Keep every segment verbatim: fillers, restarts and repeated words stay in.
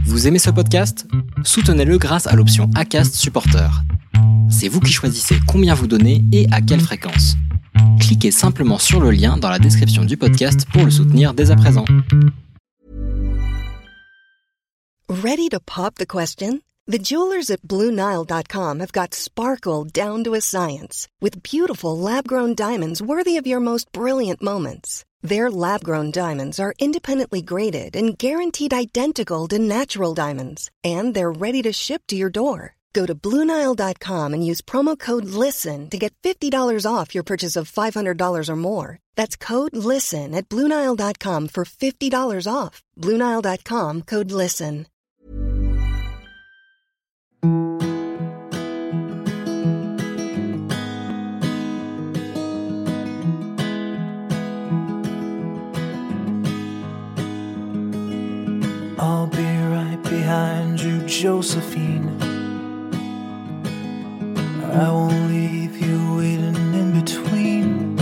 Vous aimez ce podcast ? Soutenez-le grâce à l'option Acast Supporter. C'est vous qui choisissez combien vous donnez et à quelle fréquence. Cliquez simplement sur le lien dans la description du podcast pour le soutenir dès à présent. Ready to pop the question? The jewelers at Blue Nile dot com have got sparkle down to a science with beautiful lab-grown diamonds worthy of your most brilliant moments. Their lab-grown diamonds are independently graded and guaranteed identical to natural diamonds, and they're ready to ship to your door. Go to Blue Nile dot com and use promo code LISTEN to get fifty dollars off your purchase of five hundred dollars or more. That's code LISTEN at Blue Nile dot com for fifty dollars off. Blue Nile dot com, code LISTEN. I'll be right behind you, Josephine. I won't leave you waiting in between.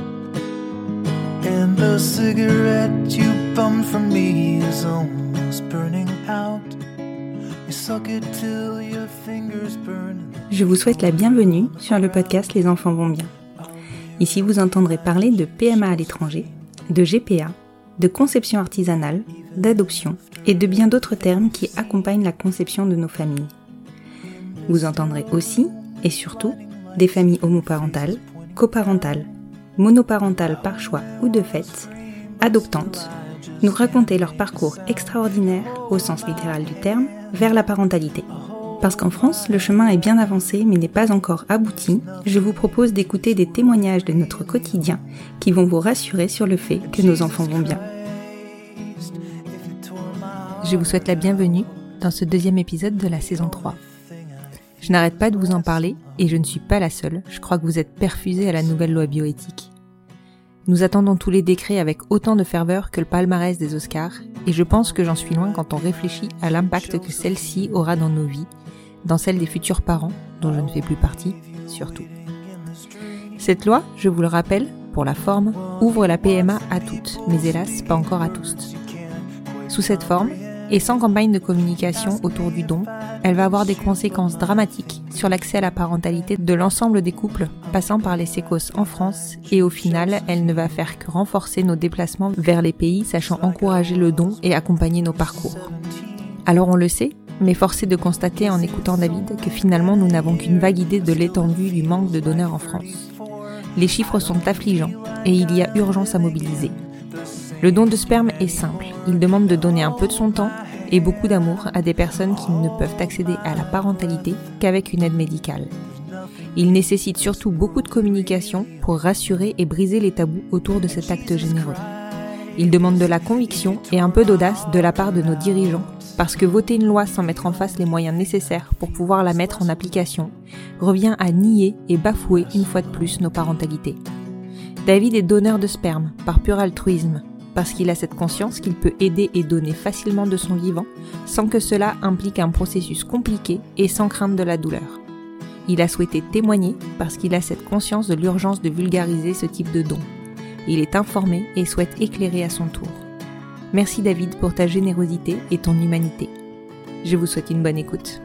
And the cigarette you bummed from me is almost burning out. You suck it till your fingers burn. Je vous souhaite la bienvenue sur le podcast Les enfants vont bien. Ici, vous entendrez parler de P M A à l'étranger, de G P A, de conception artisanale, d'adoption et de bien d'autres termes qui accompagnent la conception de nos familles. Vous entendrez aussi, et surtout, des familles homoparentales, coparentales, monoparentales par choix ou de fait, adoptantes, nous raconter leur parcours extraordinaire, au sens littéral du terme, vers la parentalité. Parce qu'en France, le chemin est bien avancé mais n'est pas encore abouti, je vous propose d'écouter des témoignages de notre quotidien qui vont vous rassurer sur le fait que nos enfants vont bien. Je vous souhaite la bienvenue dans ce deuxième épisode de la saison trois. Je n'arrête pas de vous en parler et je ne suis pas la seule, je crois que vous êtes perfusés à la nouvelle loi bioéthique. Nous attendons tous les décrets avec autant de ferveur que le palmarès des Oscars et je pense que j'en suis loin quand on réfléchit à l'impact que celle-ci aura dans nos vies, dans celle des futurs parents, dont je ne fais plus partie, surtout. Cette loi, je vous le rappelle, pour la forme, ouvre la P M A à toutes, mais hélas pas encore à tous. Sous cette forme, et sans campagne de communication autour du don, elle va avoir des conséquences dramatiques sur l'accès à la parentalité de l'ensemble des couples passant par les sécos en France et au final, elle ne va faire que renforcer nos déplacements vers les pays sachant encourager le don et accompagner nos parcours. Alors on le sait, mais force est de constater en écoutant David que finalement nous n'avons qu'une vague idée de l'étendue du manque de donneurs en France. Les chiffres sont affligeants et il y a urgence à mobiliser. Le don de sperme est simple, il demande de donner un peu de son temps et beaucoup d'amour à des personnes qui ne peuvent accéder à la parentalité qu'avec une aide médicale. Il nécessite surtout beaucoup de communication pour rassurer et briser les tabous autour de cet acte généreux. Il demande de la conviction et un peu d'audace de la part de nos dirigeants, parce que voter une loi sans mettre en face les moyens nécessaires pour pouvoir la mettre en application revient à nier et bafouer une fois de plus nos parentalités. David est donneur de sperme par pur altruisme, parce qu'il a cette conscience qu'il peut aider et donner facilement de son vivant, sans que cela implique un processus compliqué et sans crainte de la douleur. Il a souhaité témoigner parce qu'il a cette conscience de l'urgence de vulgariser ce type de don. Il est informé et souhaite éclairer à son tour. Merci David pour ta générosité et ton humanité. Je vous souhaite une bonne écoute.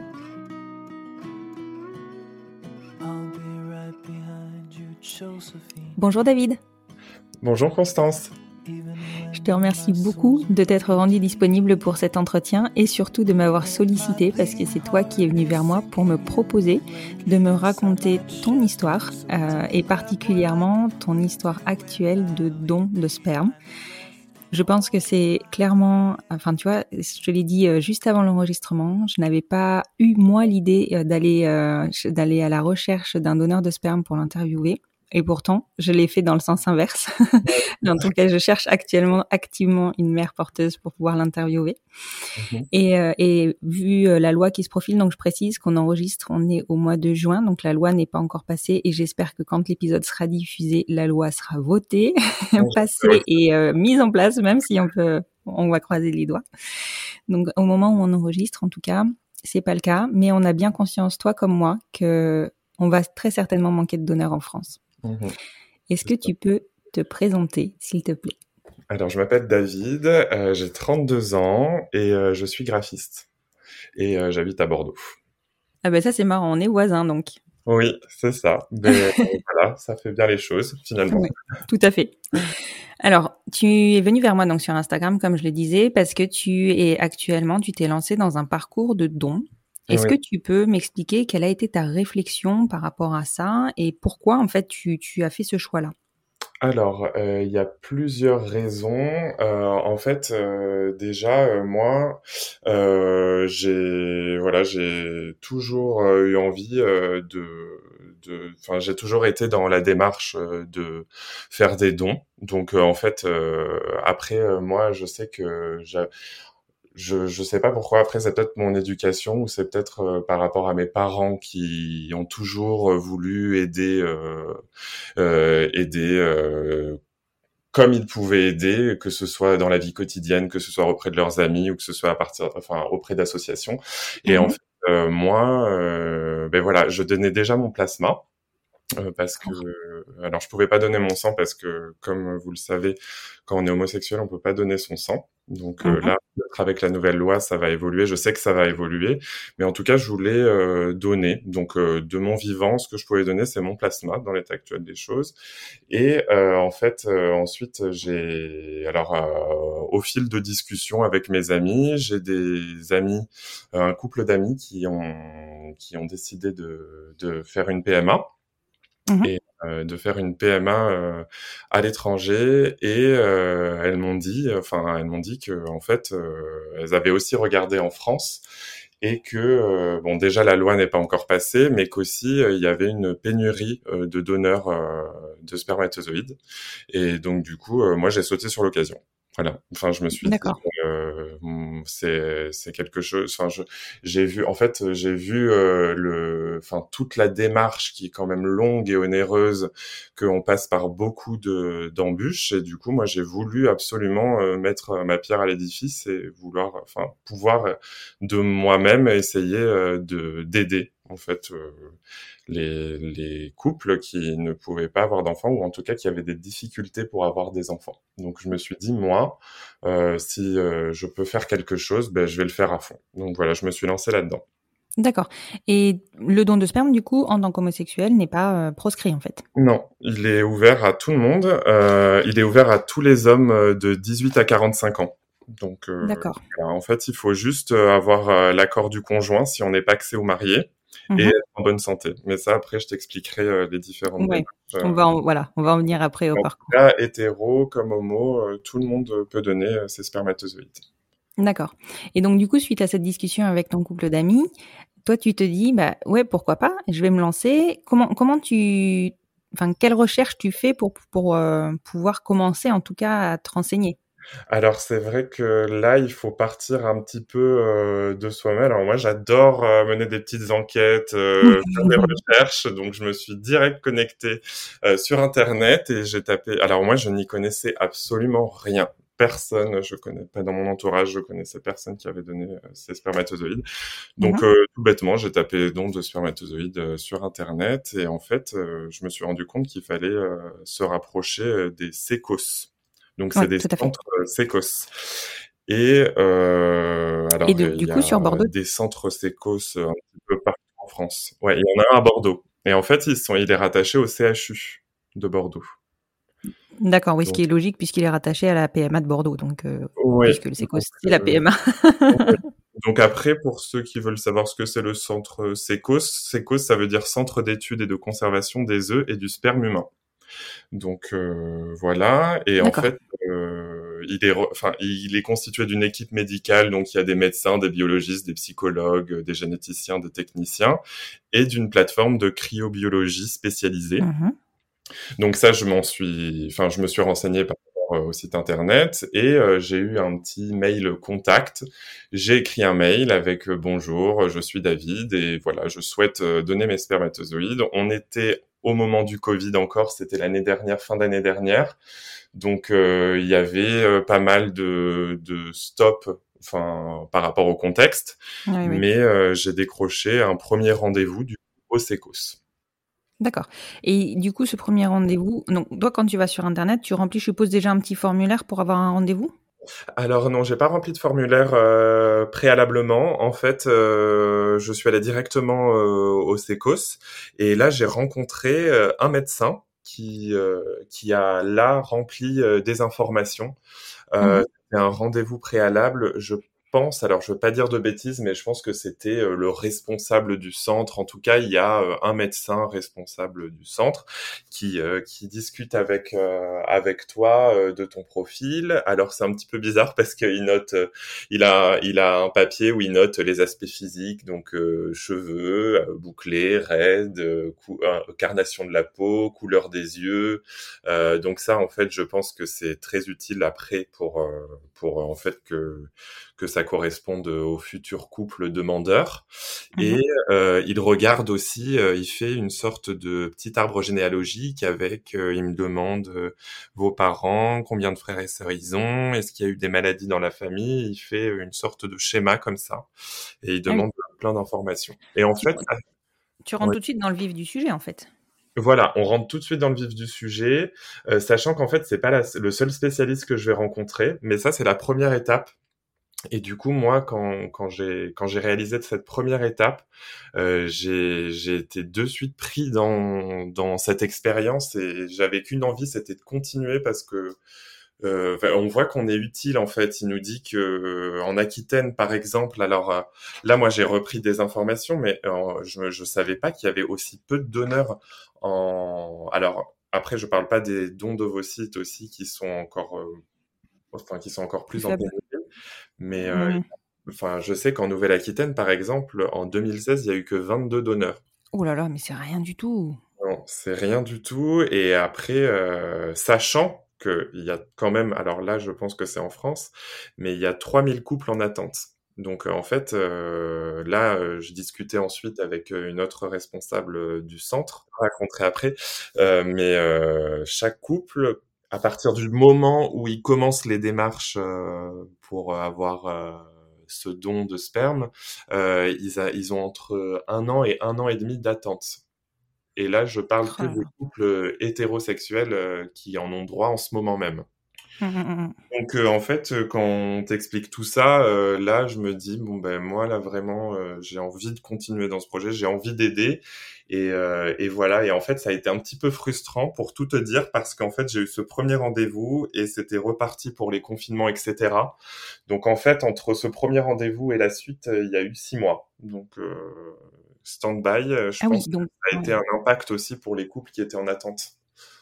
Bonjour David. Bonjour Constance. Je te remercie beaucoup de t'être rendu disponible pour cet entretien et surtout de m'avoir sollicité parce que c'est toi qui es venu vers moi pour me proposer de me raconter ton histoire euh, et particulièrement ton histoire actuelle de don de sperme. Je pense que c'est clairement, enfin tu vois, je te l'ai dit juste avant l'enregistrement, je n'avais pas eu moi l'idée d'aller euh, d'aller à la recherche d'un donneur de sperme pour l'interviewer. Et pourtant, je l'ai fait dans le sens inverse. En tout cas, je cherche actuellement activement une mère porteuse pour pouvoir l'interviewer. Mmh. Et, euh, et vu euh, la loi qui se profile, donc je précise qu'on enregistre, on est au mois de juin, donc la loi n'est pas encore passée. Et j'espère que quand l'épisode sera diffusé, la loi sera votée, passée et euh, mise en place, même si on peut, on va croiser les doigts. Donc au moment où on enregistre, en tout cas, c'est pas le cas, mais on a bien conscience, toi comme moi, que on va très certainement manquer de donneurs en France. Mmh. Est-ce que tu peux te présenter, s'il te plaît ? Alors, je m'appelle David, euh, j'ai trente-deux ans et euh, je suis graphiste. et euh, j'habite à Bordeaux. Ah ben ça c'est marrant, on est voisins donc. Oui, c'est ça. Mais voilà, ça fait bien les choses finalement. Oui, tout à fait. Alors, tu es venu vers moi donc sur Instagram, comme je le disais, parce que tu es actuellement, tu t'es lancé dans un parcours de dons. Est-ce Oui. que tu peux m'expliquer quelle a été ta réflexion par rapport à ça et pourquoi en fait tu, tu as fait ce choix-là? Alors, euh, il y a plusieurs raisons. Euh, en fait, euh, déjà, euh, moi, euh, j'ai, voilà, j'ai toujours euh, eu envie euh, de, de, enfin, j'ai toujours été dans la démarche euh, de faire des dons. Donc, euh, en fait, euh, après, euh, moi, je sais que j'ai je je sais pas pourquoi. Après, c'est peut-être mon éducation ou c'est peut-être euh, par rapport à mes parents qui ont toujours euh, voulu aider euh, euh, aider euh, comme ils pouvaient aider, que ce soit dans la vie quotidienne, que ce soit auprès de leurs amis ou que ce soit à partir, enfin auprès d'associations. Et en Mhm. fait, euh, moi, euh, ben voilà, je donnais déjà mon plasma. Euh, parce que alors je pouvais pas donner mon sang parce que comme vous le savez, quand on est homosexuel on peut pas donner son sang, donc euh, Mhm. là peut-être avec la nouvelle loi ça va évoluer, je sais que ça va évoluer, mais en tout cas je voulais euh, donner, donc euh, de mon vivant ce que je pouvais donner c'est mon plasma dans l'état actuel des choses. Et euh, en fait euh, ensuite j'ai alors euh, au fil de discussions avec mes amis, j'ai des amis, euh, un couple d'amis qui ont qui ont décidé de de faire une P M A. Mhm. Et euh, de faire une P M A euh, à l'étranger, et euh, elles m'ont dit, enfin elles m'ont dit que en fait euh, elles avaient aussi regardé en France et que euh, bon déjà la loi n'est pas encore passée, mais qu'aussi euh, il y avait une pénurie euh, de donneurs euh, de spermatozoïdes, et donc du coup euh, moi j'ai sauté sur l'occasion. Voilà. Enfin, je me suis dit, D'accord. euh, c'est c'est quelque chose. Enfin, je j'ai vu, en fait, j'ai vu euh, le, enfin toute la démarche qui est quand même longue et onéreuse, qu'on passe par beaucoup de d'embûches. Et du coup, moi, j'ai voulu absolument euh, mettre ma pierre à l'édifice et vouloir, enfin, pouvoir euh, de moi-même essayer euh, de d'aider en fait euh, les les couples qui ne pouvaient pas avoir d'enfants, ou en tout cas qui avaient des difficultés pour avoir des enfants. Donc, je me suis dit, moi, euh, si euh, je peux faire quelque chose, ben je vais le faire à fond. Donc voilà, je me suis lancé là-dedans. D'accord. Et le don de sperme, du coup, en tant qu'homosexuel, n'est pas euh, proscrit en fait. Non, il est ouvert à tout le monde. Euh, il est ouvert à tous les hommes de dix-huit à quarante-cinq ans. Donc, euh, D'accord. voilà, en fait, il faut juste avoir euh, l'accord du conjoint si on n'est pas pacsé ou marié, et Mhm. être en bonne santé. Mais ça, après, je t'expliquerai euh, les différentes Ouais. démarches. On va en, voilà, on va en venir après au En tout parcours. cas, hétéro comme homo, euh, tout le monde peut donner euh, ses spermatozoïdes. D'accord. Et donc, du coup, suite à cette discussion avec ton couple d'amis, toi, tu te dis, bah ouais, pourquoi pas, je vais me lancer. Comment, comment tu, enfin, quelle recherche tu fais pour pour euh, pouvoir commencer, en tout cas, à te renseigner? Alors c'est vrai que là, il faut partir un petit peu euh, de soi-même. Alors moi, j'adore euh, mener des petites enquêtes, euh, faire des recherches, donc je me suis direct connecté euh, sur Internet et j'ai tapé. Alors moi, je n'y connaissais absolument rien. Personne, je connais pas dans mon entourage, je connaissais personne qui avait donné euh, ses spermatozoïdes. Donc Mhm. euh, tout bêtement, j'ai tapé don de spermatozoïdes euh, sur Internet, et en fait, euh, je me suis rendu compte qu'il fallait euh, se rapprocher euh, des sécos. Donc, c'est Ouais, des tout à fait. centres euh, sécos. Et euh, Et alors, de, il du y coup, sur a Bordeaux. des centres sécos euh, un petit peu partout en France. Ouais, il y en a un à Bordeaux. Et en fait, ils sont, il est rattaché au C H U de Bordeaux. D'accord, oui, ce qui Donc, est logique puisqu'il est rattaché à la P M A de Bordeaux, donc euh, ouais. puisque c'est Donc, aussi la euh, P M A. ouais. Donc après, pour ceux qui veulent savoir ce que c'est le centre sécos, sécos, ça veut dire Centre d'études et de conservation des œufs et du sperme humain. Donc euh, voilà, et en D'accord. fait, euh, il est, re- enfin, il est constitué d'une équipe médicale, donc il y a des médecins, des biologistes, des psychologues, des généticiens, des techniciens, et d'une plateforme de cryobiologie spécialisée. Mhm. Donc ça, je m'en suis, enfin, je me suis renseigné par rapport euh, au site internet, et euh, j'ai eu un petit mail contact. J'ai écrit un mail avec euh, bonjour, je suis David et voilà, je souhaite euh, donner mes spermatozoïdes. On était au moment du Covid encore, c'était l'année dernière, fin d'année dernière. Donc euh, il y avait euh, pas mal de de stop, enfin par rapport au contexte, Oui, oui. mais euh, j'ai décroché un premier rendez-vous du au sécos. D'accord. Et du coup, ce premier rendez-vous, donc toi, quand tu vas sur Internet, tu remplis, je suppose, déjà un petit formulaire pour avoir un rendez-vous? Alors non, j'ai pas rempli de formulaire euh, préalablement. En fait, euh, je suis allé directement euh, au Sécos et là j'ai rencontré euh, un médecin qui euh, qui a là rempli euh, des informations. Euh, Mhm. c'était un rendez-vous préalable. Je pense, alors je veux pas dire de bêtises, mais je pense que c'était euh, le responsable du centre. En tout cas, il y a euh, un médecin responsable du centre qui euh, qui discute avec euh, avec toi euh, de ton profil. Alors c'est un petit peu bizarre parce qu'il note, euh, il a il a un papier où il note les aspects physiques, donc euh, cheveux euh, bouclés, raides, euh, cou- euh, carnation de la peau, couleur des yeux. Euh, donc ça, en fait, je pense que c'est très utile après pour euh, pour en fait que que ça corresponde au futur couple demandeur. Et Mhm. euh, il regarde aussi, euh, il fait une sorte de petit arbre généalogique avec, euh, il me demande euh, vos parents, combien de frères et sœurs ils ont, est-ce qu'il y a eu des maladies dans la famille. Il fait une sorte de schéma comme ça et il Ah oui. demande plein d'informations. Et en Tu, fait, tu rentres ouais. tout de suite dans le vif du sujet, en fait. Voilà, on rentre tout de suite dans le vif du sujet, euh, sachant qu'en fait, c'est pas la- le seul spécialiste que je vais rencontrer, mais ça, c'est la première étape. Et du coup, moi, quand, quand j'ai quand j'ai réalisé cette première étape, euh, j'ai j'ai été de suite pris dans dans cette expérience et j'avais qu'une envie, c'était de continuer parce que euh, enfin, on voit qu'on est utile en fait. Il nous dit que euh, en Aquitaine, par exemple, alors euh, là, moi, j'ai repris des informations, mais euh, je je savais pas qu'il y avait aussi peu de donneurs en. Alors après, je parle pas des dons d'ovocytes aussi qui sont encore, euh, enfin, qui sont encore Plus plus en faible. pénurie. Mais euh, Mhm. enfin, je sais qu'en Nouvelle-Aquitaine, par exemple, en deux mille seize, il y a eu que vingt-deux donneurs. Oh là là, mais c'est rien du tout. Non, c'est rien du tout. Et après, euh, sachant qu'il y a quand même, alors là, je pense que c'est en France, mais il y a trois mille couples en attente. Donc, euh, en fait, euh, là, euh, je discutais ensuite avec euh, une autre responsable euh, du centre, je raconterai après, euh, mais euh, chaque couple, à partir du moment où ils commencent les démarches euh, pour avoir euh, ce don de sperme, euh, ils, a- ils ont entre un an et un an et demi d'attente. Et là, je parle Oh que là des là. couples hétérosexuels euh, qui en ont droit en ce moment même. Mhm, mhm. Donc euh, en fait, euh, quand on t'explique tout ça, euh, là, je me dis bon ben moi là vraiment, euh, j'ai envie de continuer dans ce projet, j'ai envie d'aider et, euh, et voilà. Et en fait, ça a été un petit peu frustrant pour tout te dire parce qu'en fait, j'ai eu ce premier rendez-vous et c'était reparti pour les confinements, et cetera. Donc en fait, entre ce premier rendez-vous et la suite, euh, il y a eu six mois. Donc euh, stand-by, euh, je Ah oui, pense que donc, ça a été ouais, un impact aussi pour les couples qui étaient en attente.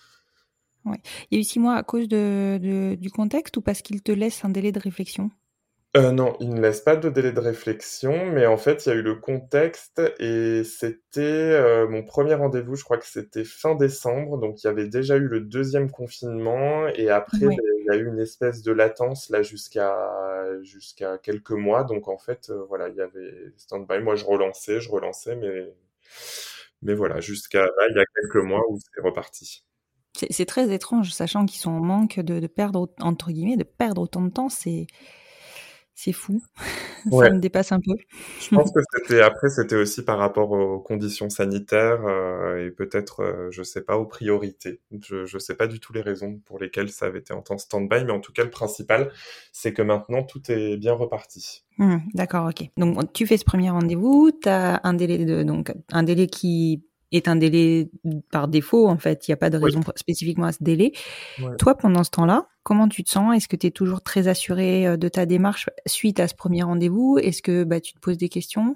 ouais. Il y a eu six mois à cause de, de- du contexte ou parce qu'il te laisse un délai de réflexion? Euh, non, il ne laisse pas de délai de réflexion, mais en fait, il y a eu le contexte et c'était euh, mon premier rendez-vous, je crois que c'était fin décembre, donc il y avait déjà eu le deuxième confinement et après, ben, Ouais. il y a eu une espèce de latence là jusqu'à jusqu'à quelques mois, donc en fait, euh, voilà, il y avait stand-by. Moi, je relançais, je relançais, mais mais voilà, jusqu'à là, il y a quelques mois où c'est reparti. C'est c'est très étrange, sachant qu'ils sont en manque de, de perdre, au- entre guillemets, de perdre autant de temps, c'est c'est fou. Ça Ouais. me dépasse un peu. Je pense que c'était après, c'était aussi par rapport aux conditions sanitaires euh, et peut-être, euh, je sais pas, aux priorités. Je je sais pas du tout les raisons pour lesquelles ça avait été en temps stand-by, mais en tout cas, le principal, c'est que maintenant tout est bien reparti. Hmm, d'accord, ok. Donc tu fais ce premier rendez-vous, tu as un délai de donc un délai qui est un délai par défaut en fait, il n'y a pas de Oui. raison spécifiquement à ce délai. Ouais. Toi pendant ce temps-là, comment tu te sens? Est-ce que tu es toujours très assuré euh, de ta démarche suite à ce premier rendez-vous? Est-ce que bah tu te poses des questions?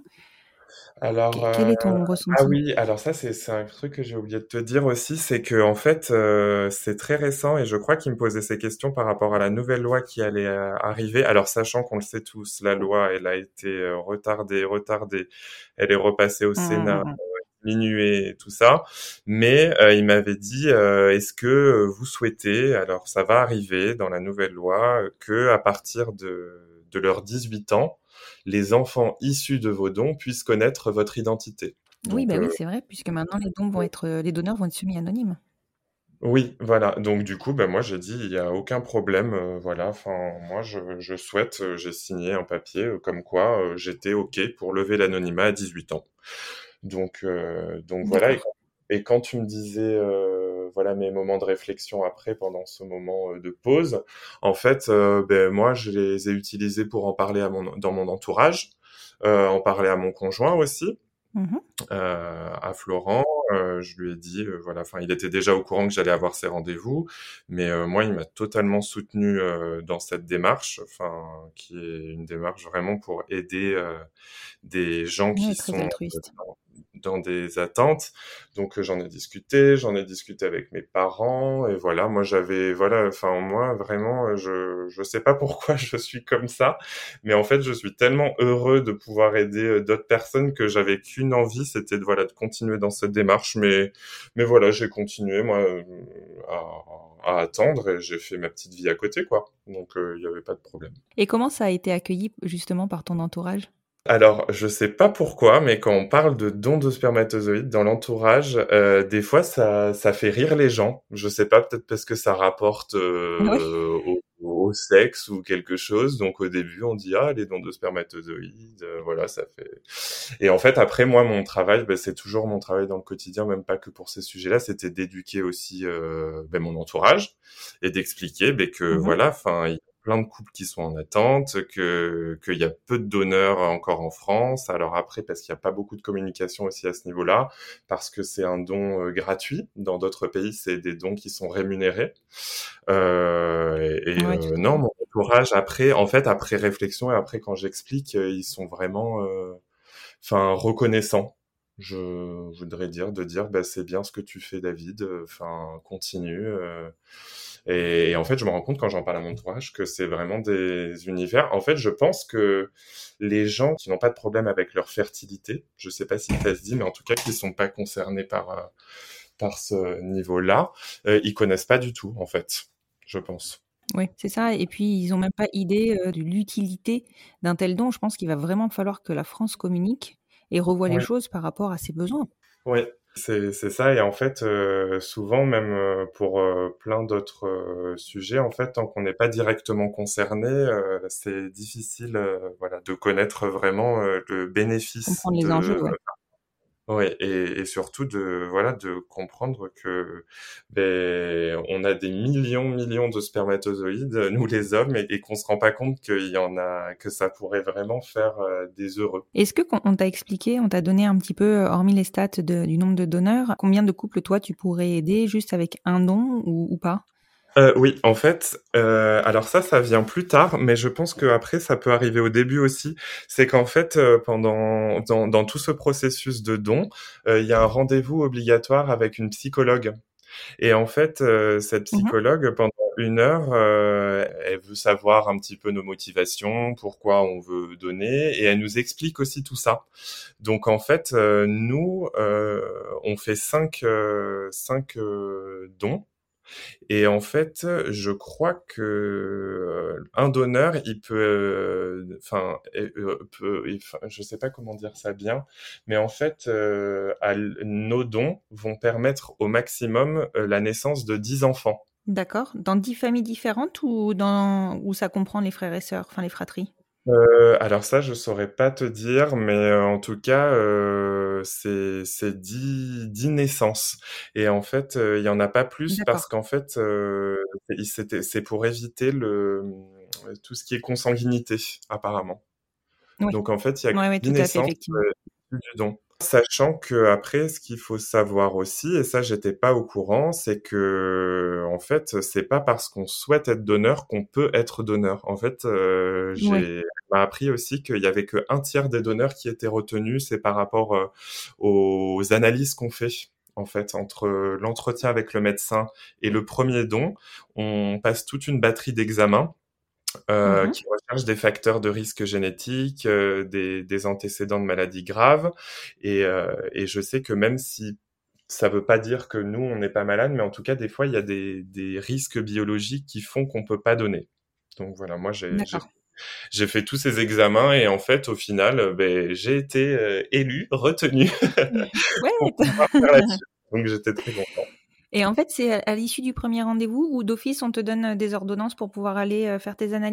Alors, Que- Quel euh, est ton ah ressenti? oui, alors ça, c'est c'est un truc que j'ai oublié de te dire aussi, c'est que en fait, euh, c'est très récent et je crois qu'il me posait ces questions par rapport à la nouvelle loi qui allait euh, arriver. Alors, sachant qu'on le sait tous, la loi, elle a été euh, retardée, retardée, elle est repassée au Hum, Sénat, hum, hum. diminuée et tout ça. Mais euh, il m'avait dit, euh, est-ce que euh, vous souhaitez, alors ça va arriver dans la nouvelle loi, euh, que à partir de, de leurs dix-huit ans, les enfants issus de vos dons puissent connaître votre identité. Oui, Donc bah euh, oui, c'est vrai, puisque maintenant les dons vont être, euh, les donneurs vont être semi-anonymes. oui, voilà. Donc du coup, ben moi j'ai dit il y a aucun problème, euh, voilà. Enfin, moi je, je souhaite, euh, j'ai signé un papier euh, comme quoi euh, j'étais ok pour lever l'anonymat à dix-huit ans. Donc euh, donc voilà. Et, D'accord. et quand tu me disais euh, voilà voilà mes moments de réflexion après pendant ce moment euh, de pause. En fait, euh, ben moi je les ai utilisés pour en parler à mon dans mon entourage, euh, en parler à mon conjoint aussi. Mmh. Euh, à Florent, euh, je lui ai dit, euh, voilà, enfin, il était déjà au courant que j'allais avoir ces rendez-vous, mais euh, moi, il m'a totalement soutenu euh, dans cette démarche, enfin, qui est une démarche vraiment pour aider euh, des gens qui Ouais, très sont euh, altruiste. dans, dans des attentes. Donc, euh, j'en ai discuté, j'en ai discuté avec mes parents, et voilà, moi, j'avais, voilà, enfin, moi, vraiment, euh, je je sais pas pourquoi je suis comme ça, mais en fait, je suis tellement heureux de pouvoir aider euh, d'autres personnes que j'avais qu'une envie, c'était de, voilà, de continuer dans cette démarche. Mais, mais voilà, j'ai continué, moi, euh, à, à attendre et j'ai fait ma petite vie à côté, quoi. Donc, il n'y avait pas de problème. Et comment ça a été accueilli justement par ton entourage? Alors, je sais pas pourquoi, mais quand on parle de dons de spermatozoïdes dans l'entourage, euh, des fois ça, ça fait rire les gens. Je sais pas, peut-être parce que ça rapporte Oui. euh, au, au sexe ou quelque chose. Donc au début, on dit ah les dons de spermatozoïdes, euh, voilà, ça fait. Et en fait, après moi, mon travail, ben, c'est toujours mon travail dans le quotidien, même pas que pour ces sujets-là, c'était d'éduquer aussi euh, ben, mon entourage et d'expliquer ben, que Mmh. voilà, enfin. Il plein de couples qui sont en attente, que qu'il y a peu de donneurs encore en France. Alors après, parce qu'il n'y a pas beaucoup de communication aussi à ce niveau-là, parce que c'est un don euh, gratuit. Dans d'autres pays, c'est des dons qui sont rémunérés. Euh, et et Ouais, euh, tout à non, fait. mon entourage, après, en fait, après réflexion et après quand j'explique, euh, ils sont vraiment, euh, enfin, reconnaissants. Je voudrais dire de dire, bah, c'est bien ce que tu fais, David. Enfin, continue. Euh, et, et en fait, je me rends compte quand j'en parle à mon entourage que c'est vraiment des univers. En fait, je pense que les gens qui n'ont pas de problème avec leur fertilité, je sais pas si ça se dit, mais en tout cas qui sont pas concernés par euh, par ce niveau-là, euh, ils connaissent pas du tout, en fait, je pense. Oui, c'est ça. Et puis, ils ont même pas idée euh, de l'utilité d'un tel don. Je pense qu'il va vraiment falloir que la France communique et revoie les Oui. choses par rapport à ses besoins. Oui, c'est c'est ça. Et en fait, euh, souvent, même euh, pour euh, plein d'autres euh, sujets, en fait, tant qu'on n'est pas directement concerné, euh, c'est difficile, euh, voilà, de connaître vraiment euh, le bénéfice Comprendre les enjeux, de. ouais. Ouais, et, et surtout de voilà de comprendre que ben on a des millions millions de spermatozoïdes nous les hommes et, et qu'on se rend pas compte qu'il y en a que ça pourrait vraiment faire euh, des heureux. Est-ce que qu'on on t'a expliqué, on t'a donné un petit peu, euh, hormis les stats de- du nombre de donneurs, combien de couples toi tu pourrais aider juste avec un don ou, ou pas? Euh, oui, en fait, euh, alors ça, ça vient plus tard, mais je pense que après, ça peut arriver au début aussi. C'est qu'en fait, euh, pendant dans, dans tout ce processus de don, euh, il y a un rendez-vous obligatoire avec une psychologue. Et en fait, euh, cette Mhm. psychologue, pendant une heure, euh, elle veut savoir un petit peu nos motivations, pourquoi on veut donner, et elle nous explique aussi tout ça. Donc en fait, euh, nous, euh, on fait cinq, euh, cinq euh, dons. Et en fait, je crois que euh, un donneur, il peut, enfin, euh, euh, peut, enfin, je sais pas comment dire ça bien, mais en fait, euh, à l- nos dons vont permettre au maximum euh, la naissance de dix enfants. D'accord. Dans dix familles différentes ou dans où ça comprend les frères et sœurs, enfin les fratries? Euh, alors ça, je saurais pas te dire, mais euh, en tout cas, euh, c'est c'est dix dix naissances. Et en fait, euh, il y en a pas plus parce D'accord. qu'en fait, euh, c'est c'était- c'est pour éviter le tout ce qui est consanguinité, apparemment. Oui. Donc en fait, il y a que Ouais, ouais, dix tout à fait, naissances effectivement. euh, issues du don. Sachant que après, ce qu'il faut savoir aussi, et ça j'étais pas au courant, c'est que en fait, c'est pas parce qu'on souhaite être donneur qu'on peut être donneur. En fait, euh, Ouais. j'ai on m'a appris aussi qu'il y avait que un tiers des donneurs qui étaient retenus. C'est par rapport euh, aux analyses qu'on fait. En fait, entre l'entretien avec le médecin et le premier don, on passe toute une batterie d'examens euh, Mhm. qui recherche des facteurs de risque génétique, euh, des, des antécédents de maladies graves. Et, euh, et je sais que même si ça veut pas dire que nous, on n'est pas malade, mais en tout cas, des fois, il y a des, des risques biologiques qui font qu'on peut pas donner. Donc voilà, moi, j'ai, j'ai, D'accord. j'ai fait tous ces examens et en fait, au final, euh, ben, j'ai été euh, élu, retenu pour Chouette. pouvoir faire là-dessus. Donc j'étais très content. Et en fait, c'est à, à l'issue du premier rendez-vous où d'office on te donne euh, des ordonnances pour pouvoir aller euh, faire tes analyses?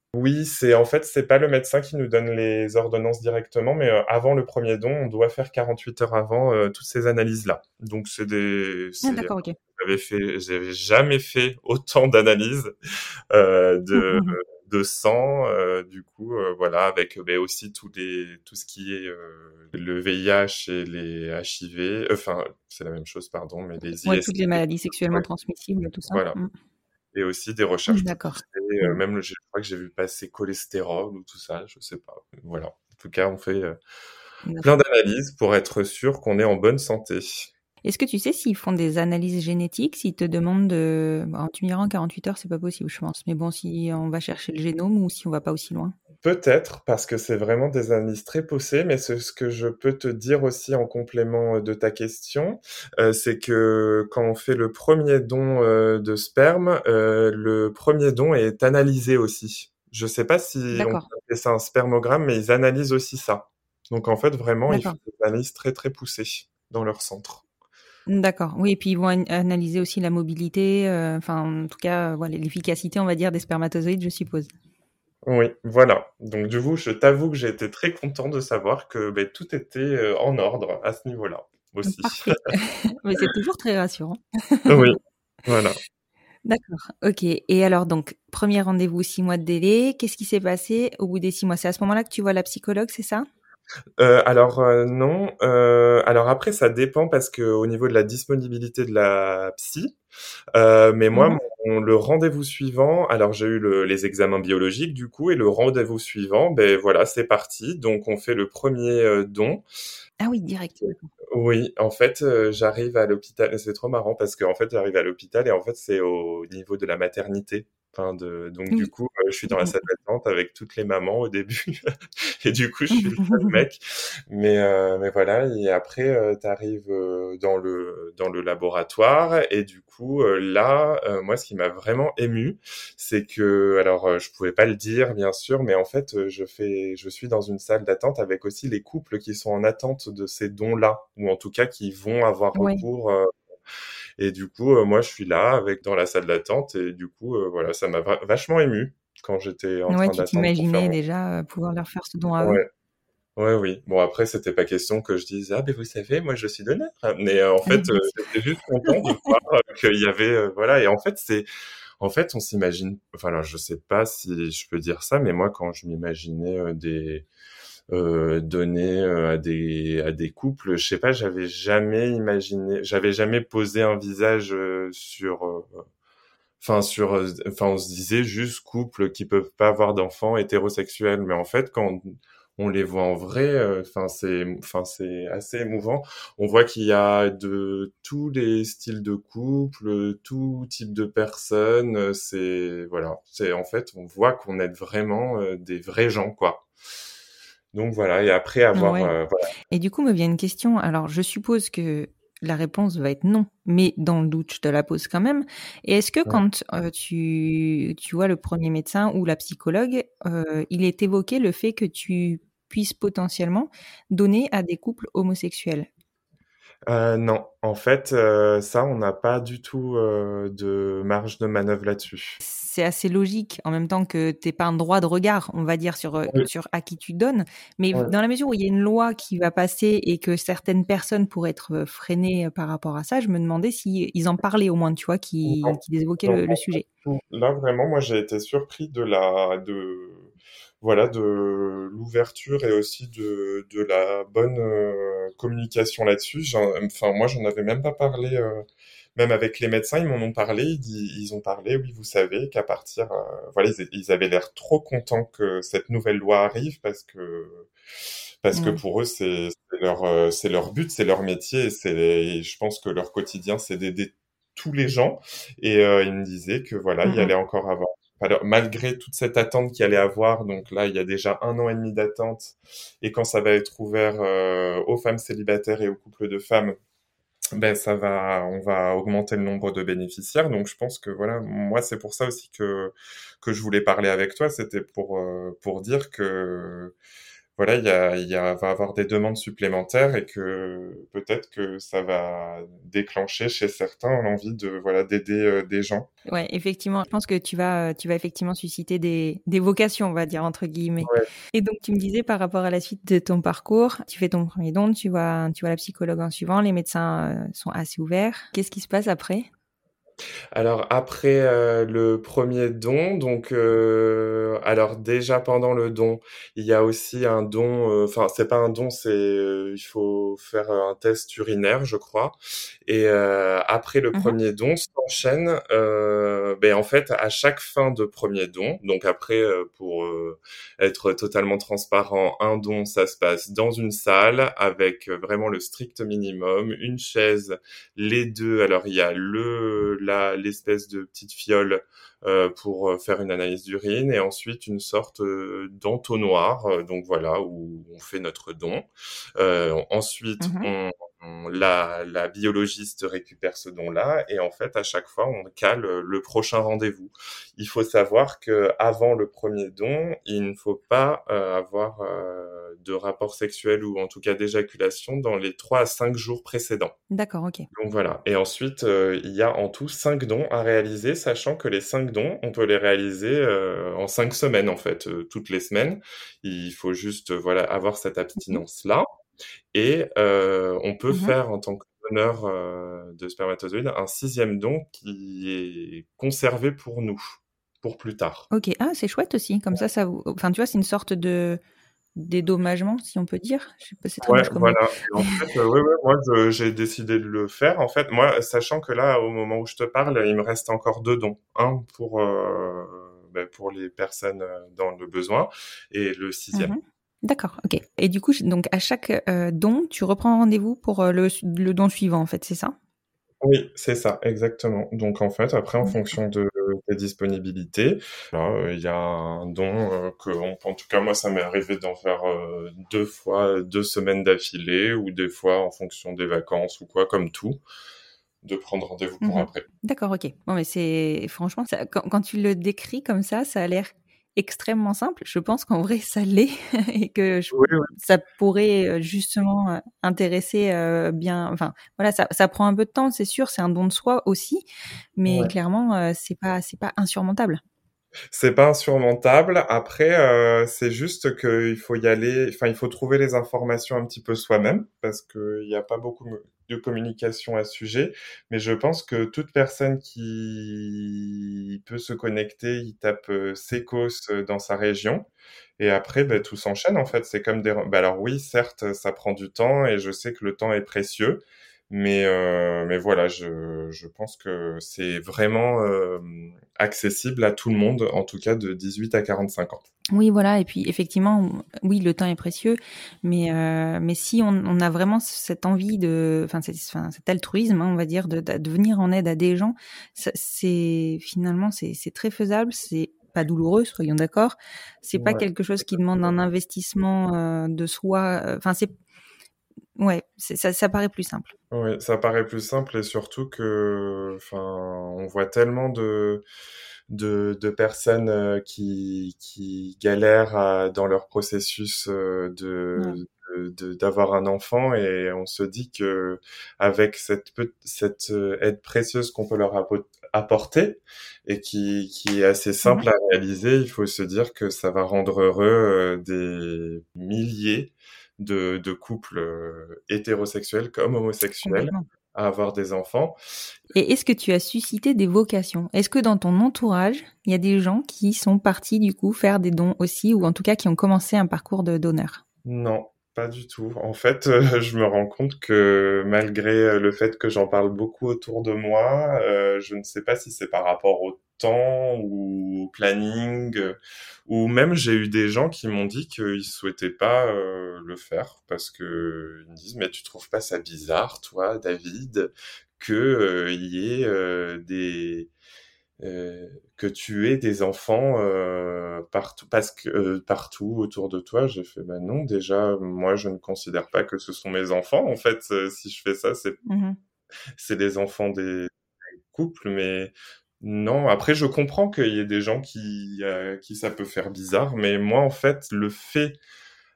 Oui, c'est en fait, c'est pas le médecin qui nous donne les ordonnances directement, mais euh, avant le premier don, on doit faire quarante-huit heures avant euh, toutes ces analyses-là. Donc c'est des, Ah, c'est, d'accord, ok. j'avais fait, j'avais jamais fait autant d'analyses euh, de de sang, euh, du coup, euh, voilà, avec ben, aussi tous les, tout ce qui est euh, le V I H et les H I V, enfin, c'est la même chose, pardon, mais les Ouais, toutes les I S T, maladies sexuellement ouais, transmissibles et tout ça. voilà. Mm. Et aussi des recherches plus D'accord. poussées, euh, Mm. même le, je crois que j'ai vu passer cholestérol ou tout ça, je sais pas. Voilà. En tout cas, on fait euh, plein D'accord. d'analyses pour être sûr qu'on est en bonne santé. Est-ce que tu sais s'ils font des analyses génétiques, s'ils te demandent de... Bon, tu me diras en quarante-huit heures, c'est pas possible, je pense. Mais bon, si on va chercher le génome ou si on va pas aussi loin. Peut-être, parce que c'est vraiment des analyses très poussées, mais ce, ce que je peux te dire aussi en complément de ta question, euh, c'est que quand on fait le premier don euh, de sperme, euh, le premier don est analysé aussi. Je sais pas si on peut D'accord. appeler ça un spermogramme, mais ils analysent aussi ça. Donc en fait, vraiment, ils font D'accord. des analyses très très poussées dans leur centre. D'accord. Oui, et puis ils vont an- analyser aussi la mobilité, euh, enfin, en tout cas, euh, voilà, l'efficacité, on va dire, des spermatozoïdes, je suppose. Oui, voilà. Donc du coup, je t'avoue que j'ai été très content de savoir que ben, tout était euh, en ordre à ce niveau-là aussi. Parfait. Mais c'est toujours très rassurant. Oui, voilà. D'accord. Ok. Et alors, donc, premier rendez-vous, six mois de délai. Qu'est-ce qui s'est passé au bout des six mois? C'est à ce moment-là que tu vois la psychologue, c'est ça? Euh, alors euh, non. Euh, alors après, ça dépend parce que au niveau de la disponibilité de la psy, euh, mais moi, Mhm. mon- le rendez-vous suivant, alors j'ai eu le- les examens biologiques du coup, et le rendez-vous suivant, ben voilà, c'est parti. Donc on fait le premier euh, don. Ah oui, direct. D'accord. Oui, en fait, euh, j'arrive à l'hôpital. C'est trop marrant parce que en fait, j'arrive à l'hôpital et en fait, c'est au niveau de la maternité. Enfin, de... Donc du Oui. coup, euh, je suis dans la salle d'attente avec toutes les mamans au début et du coup, je suis le seul mec. Mais euh, mais voilà. Et après, euh, t'arrives euh, dans le dans le laboratoire et du coup, euh, là, euh, moi, ce qui m'a vraiment ému, c'est que alors, euh, je pouvais pas le dire, bien sûr, mais en fait, euh, je fais, je suis dans une salle d'attente avec aussi les couples qui sont en attente de ces dons-là, ou en tout cas qui vont avoir Ouais. recours. euh, et du coup, euh, moi, je suis là avec dans la salle d'attente et du coup, euh, voilà, ça m'a va- vachement ému quand j'étais en Ouais, train tu d'attendre pour faire t'imaginais mon. déjà euh, pouvoir leur faire ce don à eux. Ouais. Ouais, oui. Bon, après, c'était pas question que je dise, ah, ben, vous savez, moi, je suis donneur. Mais, euh, en Oui, fait, euh, bien sûr. j'étais juste content de voir euh, qu'il y avait, euh, voilà. Et en fait, c'est, en fait, on s'imagine, enfin, alors, je sais pas si je peux dire ça, mais moi, quand je m'imaginais euh, des, euh, donner euh, à des, à des couples, je sais pas, j'avais jamais imaginé, j'avais jamais posé un visage euh, sur, euh, enfin, sur, euh, enfin, on se disait juste couples qui peuvent pas avoir d'enfants hétérosexuels. Mais en fait, quand on les voit en vrai, euh, enfin, c'est, enfin, c'est assez émouvant. On voit qu'il y a de tous les styles de couple, tout type de personnes. euh, C'est, voilà, c'est, en fait, on voit qu'on aide vraiment euh, des vrais gens, quoi. Donc voilà, et après avoir, Ouais. euh, voilà. Et du coup, me vient une question. Alors, je suppose que la réponse va être non, mais dans le doute, je te la pose quand même. Et est-ce que Ouais. quand euh, tu, tu vois le premier médecin ou la psychologue, euh, il est évoqué le fait que tu puisses potentiellement donner à des couples homosexuels? Euh, non, en fait, euh, ça, on n'a pas du tout euh, de marge de manœuvre là-dessus. C'est assez logique, en même temps que t'es pas un droit de regard, on va dire, sur, euh, Oui, sur à qui tu donnes. Mais oui, dans la mesure où il y a une loi qui va passer et que certaines personnes pourraient être euh, freinées euh, par rapport à ça, je me demandais si ils en parlaient au moins, tu vois, qui, non, qui évoquaient non, le, le non, sujet. pas du tout. Là, vraiment, moi, j'ai été surpris de la, de, voilà, de l'ouverture et aussi de, de la bonne euh, communication là-dessus. J'en- Enfin, moi, j'en avais même pas parlé, euh, même avec les médecins, ils m'en ont parlé. Ils, di- ils ont parlé, oui, vous savez, qu'à partir, euh, voilà, ils, ils avaient l'air trop contents que cette nouvelle loi arrive parce que, parce que Ouais. pour eux, c'est c'est leur, euh, c'est leur but, c'est leur métier, et c'est, et je pense que leur quotidien, c'est d'aider tous les gens. Et euh, il me disait que voilà, il y Mhm. allait encore avoir, alors, malgré toute cette attente qu'il allait avoir, donc là, il y a déjà un an et demi d'attente, et quand ça va être ouvert euh, aux femmes célibataires et aux couples de femmes, ben ça va, on va augmenter le nombre de bénéficiaires. Donc je pense que voilà, moi c'est pour ça aussi que que je voulais parler avec toi, c'était pour euh, pour dire que voilà, il y a, il y a, va avoir des demandes supplémentaires et que peut-être que ça va déclencher chez certains l'envie de, voilà, d'aider euh, des gens. Ouais, effectivement, je pense que tu vas, tu vas effectivement susciter des, des vocations, on va dire, entre guillemets. Ouais. Et donc, tu me disais par rapport à la suite de ton parcours, tu fais ton premier don, tu vois, tu vois la psychologue en suivant, les médecins euh, sont assez ouverts. Qu'est-ce qui se passe après? Alors après euh, le premier don, donc euh, alors déjà pendant le don, il y a aussi un don. euh, Enfin, c'est pas un don, c'est euh, il faut faire un test urinaire, je crois. Et euh, après le Mhm. premier don, s'enchaîne. Euh, ben en fait, à chaque fin de premier don, donc après euh, pour euh, être totalement transparent, un don, ça se passe dans une salle avec euh, vraiment le strict minimum, une chaise, les deux. Alors il y a le la l'espèce de petite fiole euh, pour faire une analyse d'urine et ensuite une sorte euh, d'entonnoir, euh, donc voilà où on fait notre don. Euh, ensuite Mhm. on on- la, la biologiste récupère ce don-là et en fait à chaque fois on cale le prochain rendez-vous. Il faut savoir que avant le premier don, il ne faut pas euh, avoir euh, de rapport sexuel ou en tout cas d'éjaculation dans les trois à cinq jours précédents. D'accord, ok. Donc voilà. Et ensuite, euh, il y a en tout cinq dons à réaliser, sachant que les cinq dons, on peut les réaliser euh, en cinq semaines en fait, euh, toutes les semaines. Il faut juste euh, voilà avoir cette Mhm. abstinence-là. Et euh, on peut Mhm. faire en tant que donneur euh, de spermatozoïdes un sixième don qui est conservé pour nous, pour plus tard. Ok, ah, c'est chouette aussi. Comme ça, ça, vous- enfin, tu vois, c'est une sorte de dédommagement, si on peut dire. Je sais pas, c'est très Ouais, moche comme mot. voilà. Et en fait, euh, ouais, ouais, moi, je- j'ai décidé de le faire. En fait, moi, sachant que là, au moment où je te parle, il me reste encore deux dons. Un pour, euh, ben, pour les personnes euh, dans le besoin et le sixième. Mhm. D'accord, ok. Et du coup, donc à chaque euh, don, tu reprends rendez-vous pour euh, le, le don suivant, en fait, c'est ça? Oui, c'est ça, exactement. Donc, en fait, après, en D'accord. fonction de tes disponibilités, là, euh, il y a un don euh, que, on- en tout cas, moi, ça m'est arrivé d'en faire euh, deux fois, deux semaines d'affilée, ou des fois, en fonction des vacances ou quoi, comme tout, de prendre rendez-vous pour Mhm. après. D'accord, ok. Bon, mais c'est franchement, ça, quand, quand tu le décris comme ça, ça a l'air extrêmement simple. Je pense qu'en vrai, ça l'est et que je- Oui, oui. ça pourrait euh, justement euh, intéresser euh, bien. Enfin, voilà, ça, ça prend un peu de temps, c'est sûr. C'est un don de soi aussi, mais Ouais. clairement, euh, c'est pas, c'est pas insurmontable. C'est pas insurmontable. Après, euh, c'est juste qu'il faut y aller, enfin, il faut trouver les informations un petit peu soi-même, parce qu'il n'y a pas beaucoup de communication à ce sujet. Mais je pense que toute personne qui peut se connecter, il tape euh, Secos dans sa région. Et après, ben, tout s'enchaîne, en fait. C'est comme des... Ben, alors oui, certes, ça prend du temps, et je sais que le temps est précieux. Mais, euh, mais voilà, je, je pense que c'est vraiment euh, accessible à tout le monde, en tout cas de dix-huit à quarante-cinq ans. Oui, voilà. Et puis effectivement, on- oui, le temps est précieux, mais euh, mais si on, on a vraiment cette envie de, enfin, c'est- enfin, cet altruisme, hein, on va dire, de, de de venir en aide à des gens, ça- c'est finalement c'est c'est très faisable. C'est pas douloureux, soyons d'accord. C'est pas Ouais. quelque chose qui demande un investissement euh, de soi. euh, Enfin, c'est ouais, c'est ça, ça paraît plus simple. Oui, ça paraît plus simple et surtout que, enfin, on voit tellement de, de, de personnes euh, qui, qui galèrent à- dans leur processus euh, Ouais. de, de, d'avoir un enfant et on se dit que avec cette, pe- cette euh, aide précieuse qu'on peut leur appo- apporter et qui, qui est assez Mhm. simple à réaliser, il faut se dire que ça va rendre heureux euh, des milliers de, de couples euh, hétérosexuels comme homosexuels Complètement. à avoir des enfants. Et est-ce que tu as suscité des vocations? Est-ce que dans ton entourage, il y a des gens qui sont partis du coup faire des dons aussi, ou en tout cas qui ont commencé un parcours de donneur? Non, pas du tout. En fait, euh, je me rends compte que malgré euh, le fait que j'en parle beaucoup autour de moi, euh, je ne sais pas si c'est par rapport au temps ou au planning, euh, ou même j'ai eu des gens qui m'ont dit qu'ils souhaitaient pas euh, le faire parce que ils me disent mais tu trouves pas ça bizarre, toi, David, que euh, il y ait euh, des euh, que tu aies des enfants euh, partout parce que euh, partout autour de toi. J'ai fait bah non, déjà moi je ne considère pas que ce sont mes enfants en fait. Euh, si je fais ça, c'est Mhm. c'est les enfants des couples, mais non. Après, je comprends qu'il y ait des gens qui euh, qui ça peut faire bizarre, mais moi en fait le fait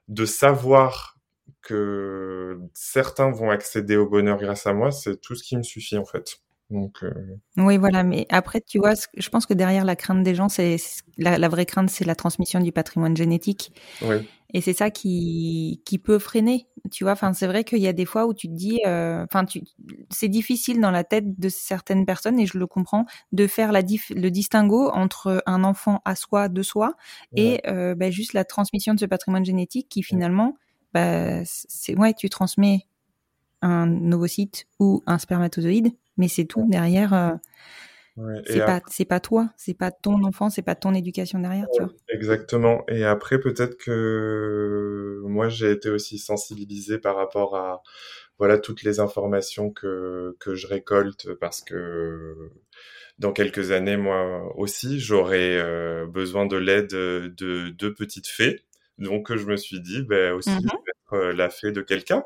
de savoir que certains vont accéder au bonheur grâce à moi, c'est tout ce qui me suffit en fait. Donc, euh... Oui, voilà. Mais après, tu vois, je pense que derrière la crainte des gens, c'est, c'est la, la vraie crainte, c'est la transmission du patrimoine génétique. Oui. Et c'est ça qui qui peut freiner. Tu vois, enfin, c'est vrai qu'il y a des fois où tu te dis, enfin, euh, tu, c'est difficile dans la tête de certaines personnes, et je le comprends, de faire la dif, le distinguo entre un enfant à soi, de soi, ouais. et euh, bah, juste la transmission de ce patrimoine génétique qui finalement, bah, c'est ouais, tu transmets un ovocyte ou un spermatozoïde, mais c'est tout derrière. Euh, ouais, c'est pas après... c'est pas toi, c'est pas ton enfant, c'est pas ton éducation derrière, ouais, tu vois. Exactement. Et après, peut-être que moi j'ai été aussi sensibilisée par rapport à voilà toutes les informations que que je récolte, parce que dans quelques années, moi aussi, j'aurai euh, besoin de l'aide de deux petites fées. Donc je me suis dit, ben aussi mm-hmm. être euh, la fée de quelqu'un.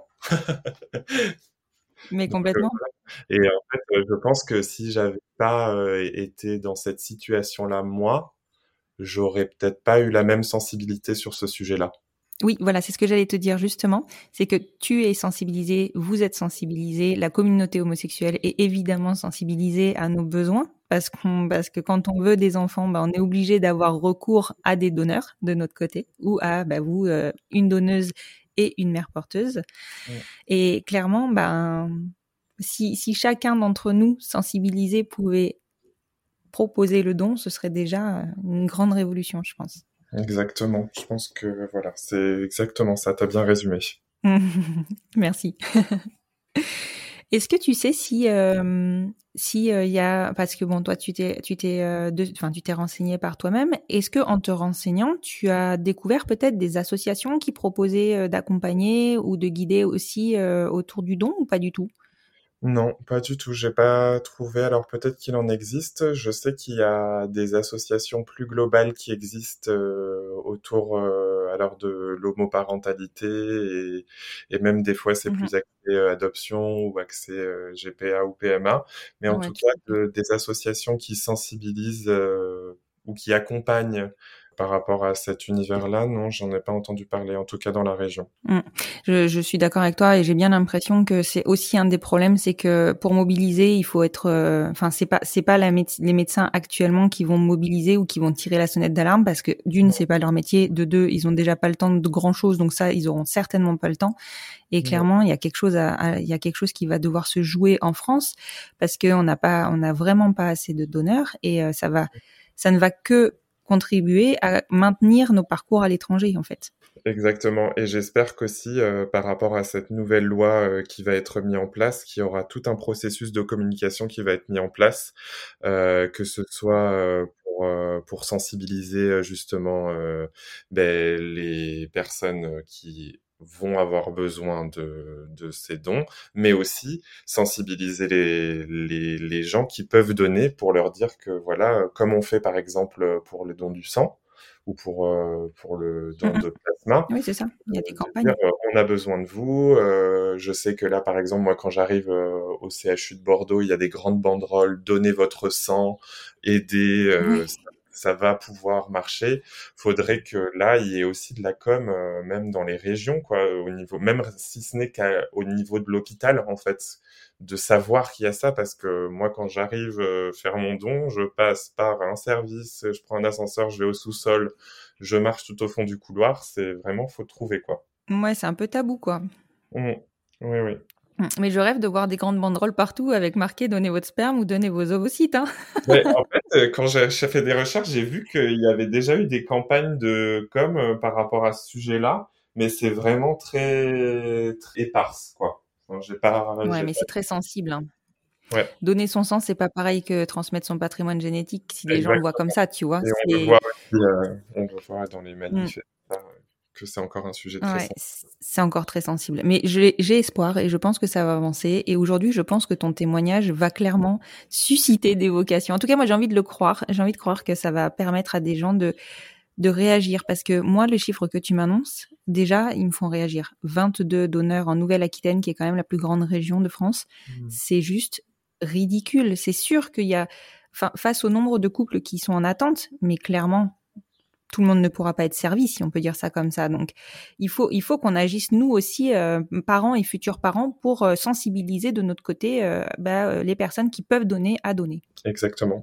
Mais complètement. Donc, euh, et en fait, euh, je pense que si j'avais pas euh, été dans cette situation-là, moi, j'aurais peut-être pas eu la même sensibilité sur ce sujet-là. Oui, voilà, c'est ce que j'allais te dire justement, c'est que tu es sensibilisé, vous êtes sensibilisé, la communauté homosexuelle est évidemment sensibilisée à nos besoins, parce qu'on, parce que quand on veut des enfants, bah, on est obligé d'avoir recours à des donneurs de notre côté, ou à bah, vous, euh, une donneuse et une mère porteuse. Ouais. Et clairement, bah, si, si chacun d'entre nous, sensibilisés, pouvait proposer le don, ce serait déjà une grande révolution, je pense. Exactement. Je pense que voilà, c'est exactement ça. T'as bien résumé. Merci. Est-ce que tu sais si euh, si il euh, y a, parce que bon, toi tu t'es tu t'es euh, enfin tu t'es renseigné par toi-même. Est-ce que en te renseignant, tu as découvert peut-être des associations qui proposaient euh, d'accompagner ou de guider aussi euh, autour du don, ou pas du tout? Non, pas du tout. J'ai pas trouvé. Alors peut-être qu'il en existe. Je sais qu'il y a des associations plus globales qui existent euh, autour euh, alors de l'homoparentalité, et, et même des fois c'est mm-hmm. plus accès euh, adoption ou accès euh, G P A ou P M A. Mais en ouais, tout cas, de, des associations qui sensibilisent euh, ou qui accompagnent par rapport à cet univers-là, non, j'en ai pas entendu parler, en tout cas dans la région. Mmh. Je, je suis d'accord avec toi, et j'ai bien l'impression que c'est aussi un des problèmes, c'est que pour mobiliser, il faut être, enfin, euh, c'est pas, c'est pas la méde- les médecins actuellement qui vont mobiliser ou qui vont tirer la sonnette d'alarme, parce que d'une, c'est pas leur métier, de deux, ils ont déjà pas le temps de grand chose, donc ça, ils auront certainement pas le temps. Et clairement, il y a quelque chose à, à, il y a quelque chose qui va devoir se jouer en France, parce que on n'a pas, on n'a vraiment pas assez de donneurs, et euh, ça va, ça ne va que contribuer à maintenir nos parcours à l'étranger, en fait. Exactement. Et j'espère qu'aussi, euh, par rapport à cette nouvelle loi euh, qui va être mise en place, qu'il y aura tout un processus de communication qui va être mis en place, euh, que ce soit euh, pour, euh, pour sensibiliser justement euh, ben, les personnes qui vont avoir besoin de, de ces dons, mais aussi sensibiliser les, les, les gens qui peuvent donner, pour leur dire que voilà, comme on fait par exemple pour le don du sang, ou pour euh, pour le don mmh. de plasma. Oui, c'est ça. Il y a des campagnes. Dire, euh, on a besoin de vous. Euh, je sais que là, par exemple, moi, quand j'arrive euh, au C H U de Bordeaux, il y a des grandes banderoles. Donnez votre sang, aidez. Euh, oui. ça, ça va pouvoir marcher. Faudrait que là, il y ait aussi de la com, euh, même dans les régions, quoi, au niveau, même si ce n'est qu'au niveau de l'hôpital, en fait, de savoir qu'il y a ça, parce que moi, quand j'arrive euh, faire mon don, je passe par un service, je prends un ascenseur, je vais au sous-sol, je marche tout au fond du couloir. C'est vraiment, faut trouver, quoi. Ouais, c'est un peu tabou, quoi. Mmh. Oui, oui. Mais je rêve de voir des grandes banderoles partout avec marqué « Donnez votre sperme » ou « Donnez vos ovocytes ». Hein. Ouais, en fait, quand j'ai fait des recherches, j'ai vu qu'il y avait déjà eu des campagnes de com euh, par rapport à ce sujet-là, mais c'est vraiment très, très éparse, quoi. Enfin, j'ai pas, ouais, j'ai mais pas... c'est très sensible. Hein. Ouais. Donner son sang, c'est pas pareil que transmettre son patrimoine génétique, si les Exactement. gens le voient comme ça, tu vois. Et on, le voit aussi, euh, on le voit dans les manifs, mmh. que c'est encore un sujet très ouais, sensible. C'est encore très sensible. Mais j'ai, j'ai espoir, et je pense que ça va avancer. Et aujourd'hui, je pense que ton témoignage va clairement susciter des vocations. En tout cas, moi, j'ai envie de le croire. J'ai envie de croire que ça va permettre à des gens de, de réagir. Parce que moi, les chiffres que tu m'annonces, déjà, ils me font réagir. vingt-deux donneurs en Nouvelle-Aquitaine, qui est quand même la plus grande région de France. Mmh. C'est juste ridicule. C'est sûr qu'il y a, enfin, face au nombre de couples qui sont en attente, mais clairement, tout le monde ne pourra pas être servi, si on peut dire ça comme ça. Donc, il faut, il faut qu'on agisse nous aussi, euh, parents et futurs parents, pour euh, sensibiliser de notre côté euh, bah, les personnes qui peuvent donner à donner. Exactement.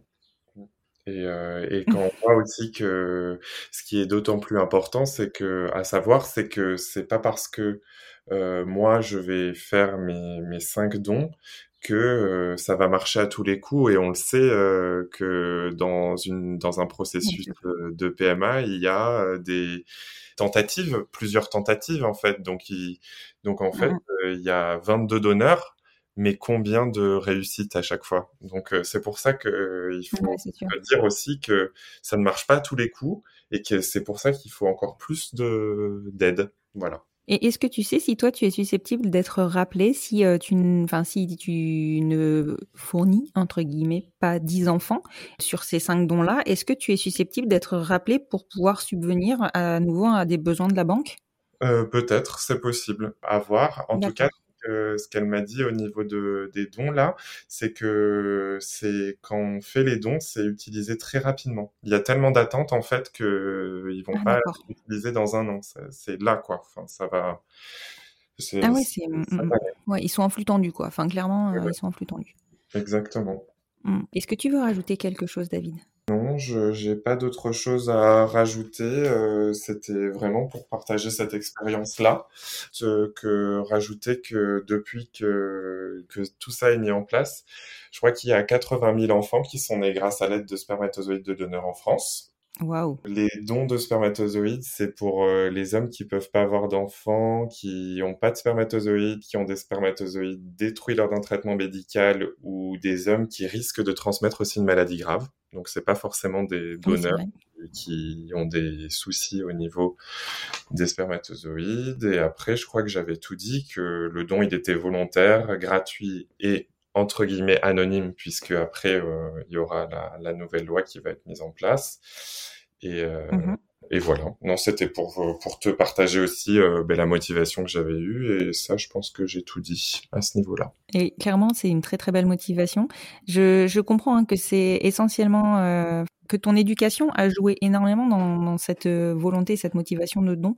Et, euh, et quand on voit aussi que ce qui est d'autant plus important, c'est que, à savoir, c'est que c'est pas parce que euh, moi je vais faire mes mes cinq dons que euh, ça va marcher à tous les coups. Et on le sait euh, que dans une dans un processus de, de P M A, il y a euh, des tentatives, plusieurs tentatives en fait. Donc il, donc en fait, euh, il y a vingt-deux donneurs. Mais combien de réussites à chaque fois. Donc euh, c'est pour ça que euh, il faut ouais, dire aussi que ça ne marche pas à tous les coups et que c'est pour ça qu'il faut encore plus de d'aide. Voilà. Et est-ce que tu sais si toi tu es susceptible d'être rappelé si euh, tu, enfin si tu ne fournis entre guillemets pas dix enfants sur ces cinq dons-là, est-ce que tu es susceptible d'être rappelé pour pouvoir subvenir à nouveau à des besoins de la banque? Euh, peut-être, c'est possible. À voir. En D'accord. tout cas, euh, ce qu'elle m'a dit au niveau de, des dons là, c'est que c'est quand on fait les dons, c'est utilisé très rapidement. Il y a tellement d'attentes en fait que ils vont Ah, pas d'accord. être utilisés dans un an. C'est, c'est là quoi. Enfin, ça va. C'est, Ah ouais, c'est- c'est, mm, ça mm. va. Ouais, ils sont en flux tendu quoi. Enfin, clairement, Ouais, euh, ouais. ils sont en flux tendu. Exactement. Mm. Est-ce que tu veux rajouter quelque chose, David? Non, je j'ai pas d'autre chose à rajouter. euh, c'était vraiment pour partager cette expérience-là. Euh, que rajouter que depuis que que tout ça est mis en place, je crois qu'il y a quatre-vingt mille enfants qui sont nés grâce à l'aide de spermatozoïdes de donneurs en France. Waouh. Les dons de spermatozoïdes, c'est pour euh, les hommes qui peuvent pas avoir d'enfants, qui ont pas de spermatozoïdes, qui ont des spermatozoïdes détruits lors d'un traitement médical, ou des hommes qui risquent de transmettre aussi une maladie grave. Donc c'est pas forcément des Oui, c'est donneurs vrai. qui ont des soucis au niveau des spermatozoïdes. Et après, je crois que j'avais tout dit, que le don, il était volontaire, gratuit et entre guillemets anonyme, puisque après, euh, il y aura la, la nouvelle loi qui va être mise en place. Et, euh, Mhm. et voilà. Non, c'était pour, pour te partager aussi euh, ben, la motivation que j'avais eue. Et ça, je pense que j'ai tout dit à ce niveau-là. Et clairement, c'est une très très belle motivation. Je, je comprends hein, que c'est essentiellement euh, que ton éducation a joué énormément dans, dans cette euh, volonté, cette motivation de don.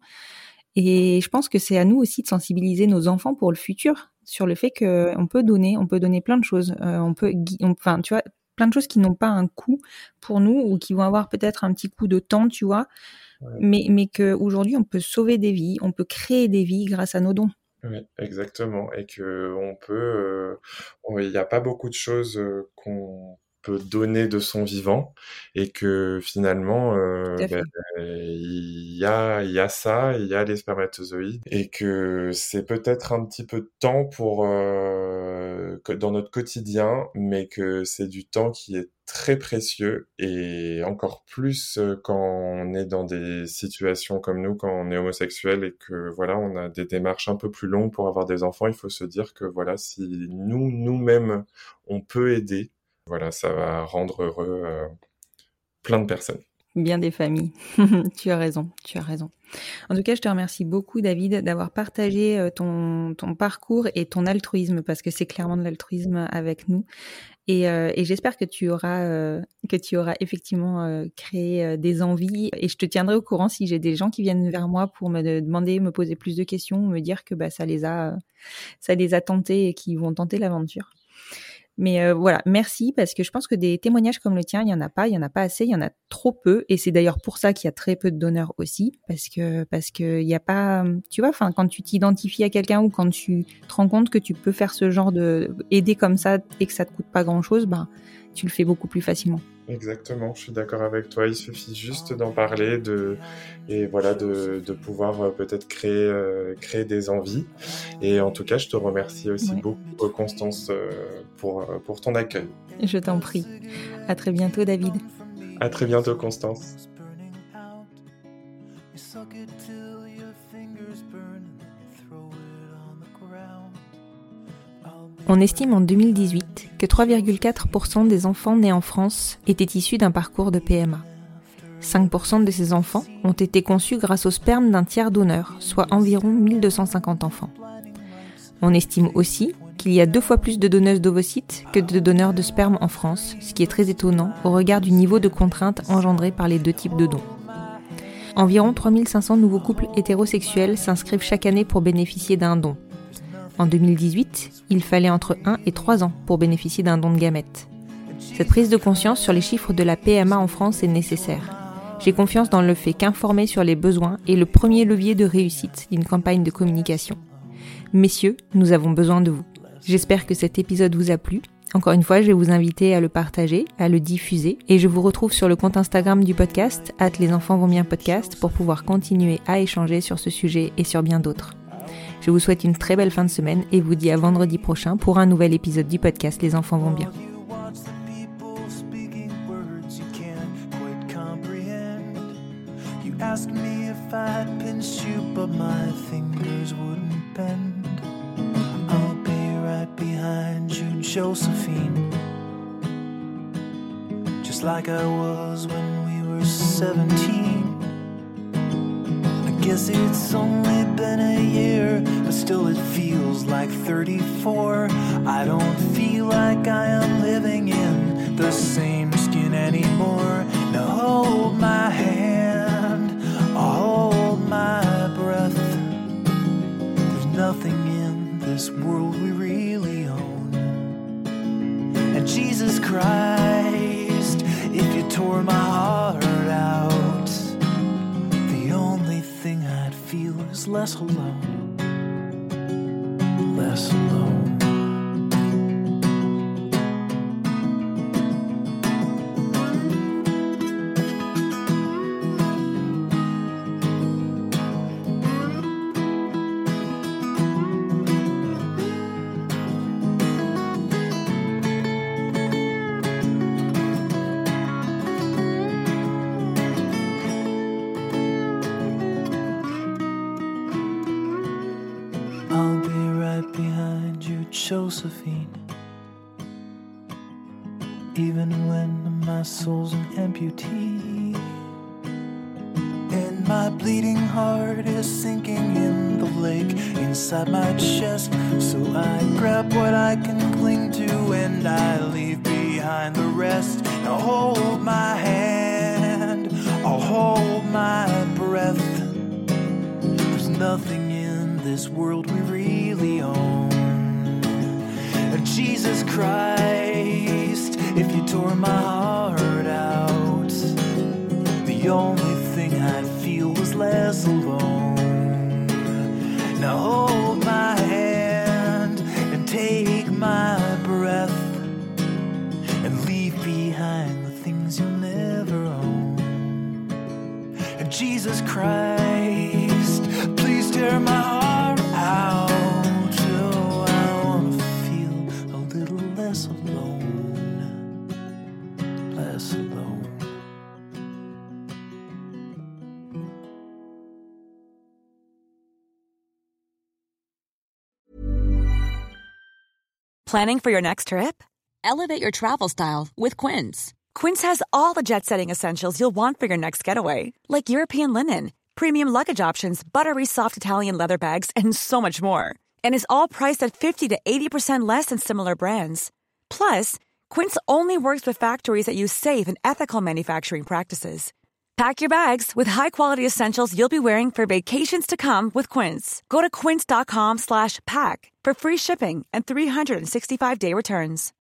Et je pense que c'est à nous aussi de sensibiliser nos enfants pour le futur sur le fait qu'on peut donner, on peut donner plein de choses. Euh, on peut, gui- on- enfin, tu vois, plein de choses qui n'ont pas un coût pour nous ou qui vont avoir peut-être un petit coup de temps, tu vois. Ouais. Mais, mais qu'aujourd'hui, on peut sauver des vies, on peut créer des vies grâce à nos dons. Oui, exactement. Et que on peut, euh, on- il n'y a pas beaucoup de choses euh, qu'on peut donner de son vivant, et que finalement, euh, Tout à ben, fait. il y a, il y a ça, il y a les spermatozoïdes, et que c'est peut-être un petit peu de temps pour euh, que dans notre quotidien, mais que c'est du temps qui est très précieux, et encore plus euh, quand on est dans des situations comme nous, quand on est homosexuel et que voilà, on a des démarches un peu plus longues pour avoir des enfants. Il faut se dire que voilà, si nous, nous-mêmes, on peut aider, voilà, ça va rendre heureux euh, plein de personnes. Bien des familles. Tu as raison, tu as raison. En tout cas, je te remercie beaucoup, David, d'avoir partagé euh, ton, ton parcours et ton altruisme, parce que c'est clairement de l'altruisme avec nous. Et, euh, et j'espère que tu auras euh, que tu auras effectivement euh, créé euh, des envies. Et je te tiendrai au courant si j'ai des gens qui viennent vers moi pour me de- demander, me poser plus de questions, me dire que bah ça les a, euh, ça les a tentés et qu'ils vont tenter l'aventure. Mais euh, voilà, merci, parce que je pense que des témoignages comme le tien, il y en a pas, il y en a pas assez, il y en a trop peu, et c'est d'ailleurs pour ça qu'il y a très peu de donneurs aussi, parce que parce que il y a pas, tu vois, enfin quand tu t'identifies à quelqu'un ou quand tu te rends compte que tu peux faire ce genre de aider comme ça et que ça te coûte pas grand chose, ben tu le fais beaucoup plus facilement. Exactement, je suis d'accord avec toi. Il suffit juste d'en parler, de et voilà, de, de pouvoir euh, peut-être créer euh, créer des envies. Et en tout cas, je te remercie aussi Ouais. beaucoup, Constance, euh, pour euh, pour ton accueil. Je t'en prie. À très bientôt, David. À très bientôt, Constance. On estime en deux mille dix-huit que trois virgule quatre pour cent des enfants nés en France étaient issus d'un parcours de P M A. cinq pour cent de ces enfants ont été conçus grâce au sperme d'un tiers donneur, soit environ mille deux cent cinquante enfants. On estime aussi qu'il y a deux fois plus de donneuses d'ovocytes que de donneurs de sperme en France, ce qui est très étonnant au regard du niveau de contrainte engendré par les deux types de dons. Environ trois mille cinq cents nouveaux couples hétérosexuels s'inscrivent chaque année pour bénéficier d'un don. En deux mille dix-huit, il fallait entre un et trois ans pour bénéficier d'un don de gamètes. Cette prise de conscience sur les chiffres de la P M A en France est nécessaire. J'ai confiance dans le fait qu'informer sur les besoins est le premier levier de réussite d'une campagne de communication. Messieurs, nous avons besoin de vous. J'espère que cet épisode vous a plu. Encore une fois, je vais vous inviter à le partager, à le diffuser, et je vous retrouve sur le compte Instagram du podcast, arobase les enfants vont bien podcast, pour pouvoir continuer à échanger sur ce sujet et sur bien d'autres. Je vous souhaite une très belle fin de semaine et vous dis à vendredi prochain pour un nouvel épisode du podcast Les enfants vont bien. Ask me if I'd pinch you, but my fingers wouldn't bend. I'll be right behind you, Josephine. Just like I was when we were seventeen. I guess it's only been a year, but still it feels like thirty-four. I don't feel like I am living in the same skin anymore. Now hold my hand, I'll hold my breath. There's nothing in this world we really own. And Jesus Christ, if you tore my heart out, the only thing I'd feel is less alone, less alone. I'll be right behind you, Josephine. Even when my soul's an amputee, and my bleeding heart is sinking in the lake inside my chest. So I grab what I can cling to and I leave behind the rest. Now hold my hand, I'll hold my breath. There's nothing in this world we really own. And Jesus Christ, if you tore my heart out, the only thing I'd feel was less alone. Now hold my hand and take my breath and leave behind the things you'll never own. And Jesus Christ, please tear my heart out. Oh, I wanna feel a little less alone, less alone. Planning for your next trip? Elevate your travel style with Quince. Quince has all the jet-setting essentials you'll want for your next getaway, like European linen, premium luggage options, buttery soft Italian leather bags, and so much more. And is all priced at fifty to eighty percent less than similar brands. Plus, Quince only works with factories that use safe and ethical manufacturing practices. Pack your bags with high-quality essentials you'll be wearing for vacations to come with Quince. Go to quince.com slash pack for free shipping and three sixty-five day returns.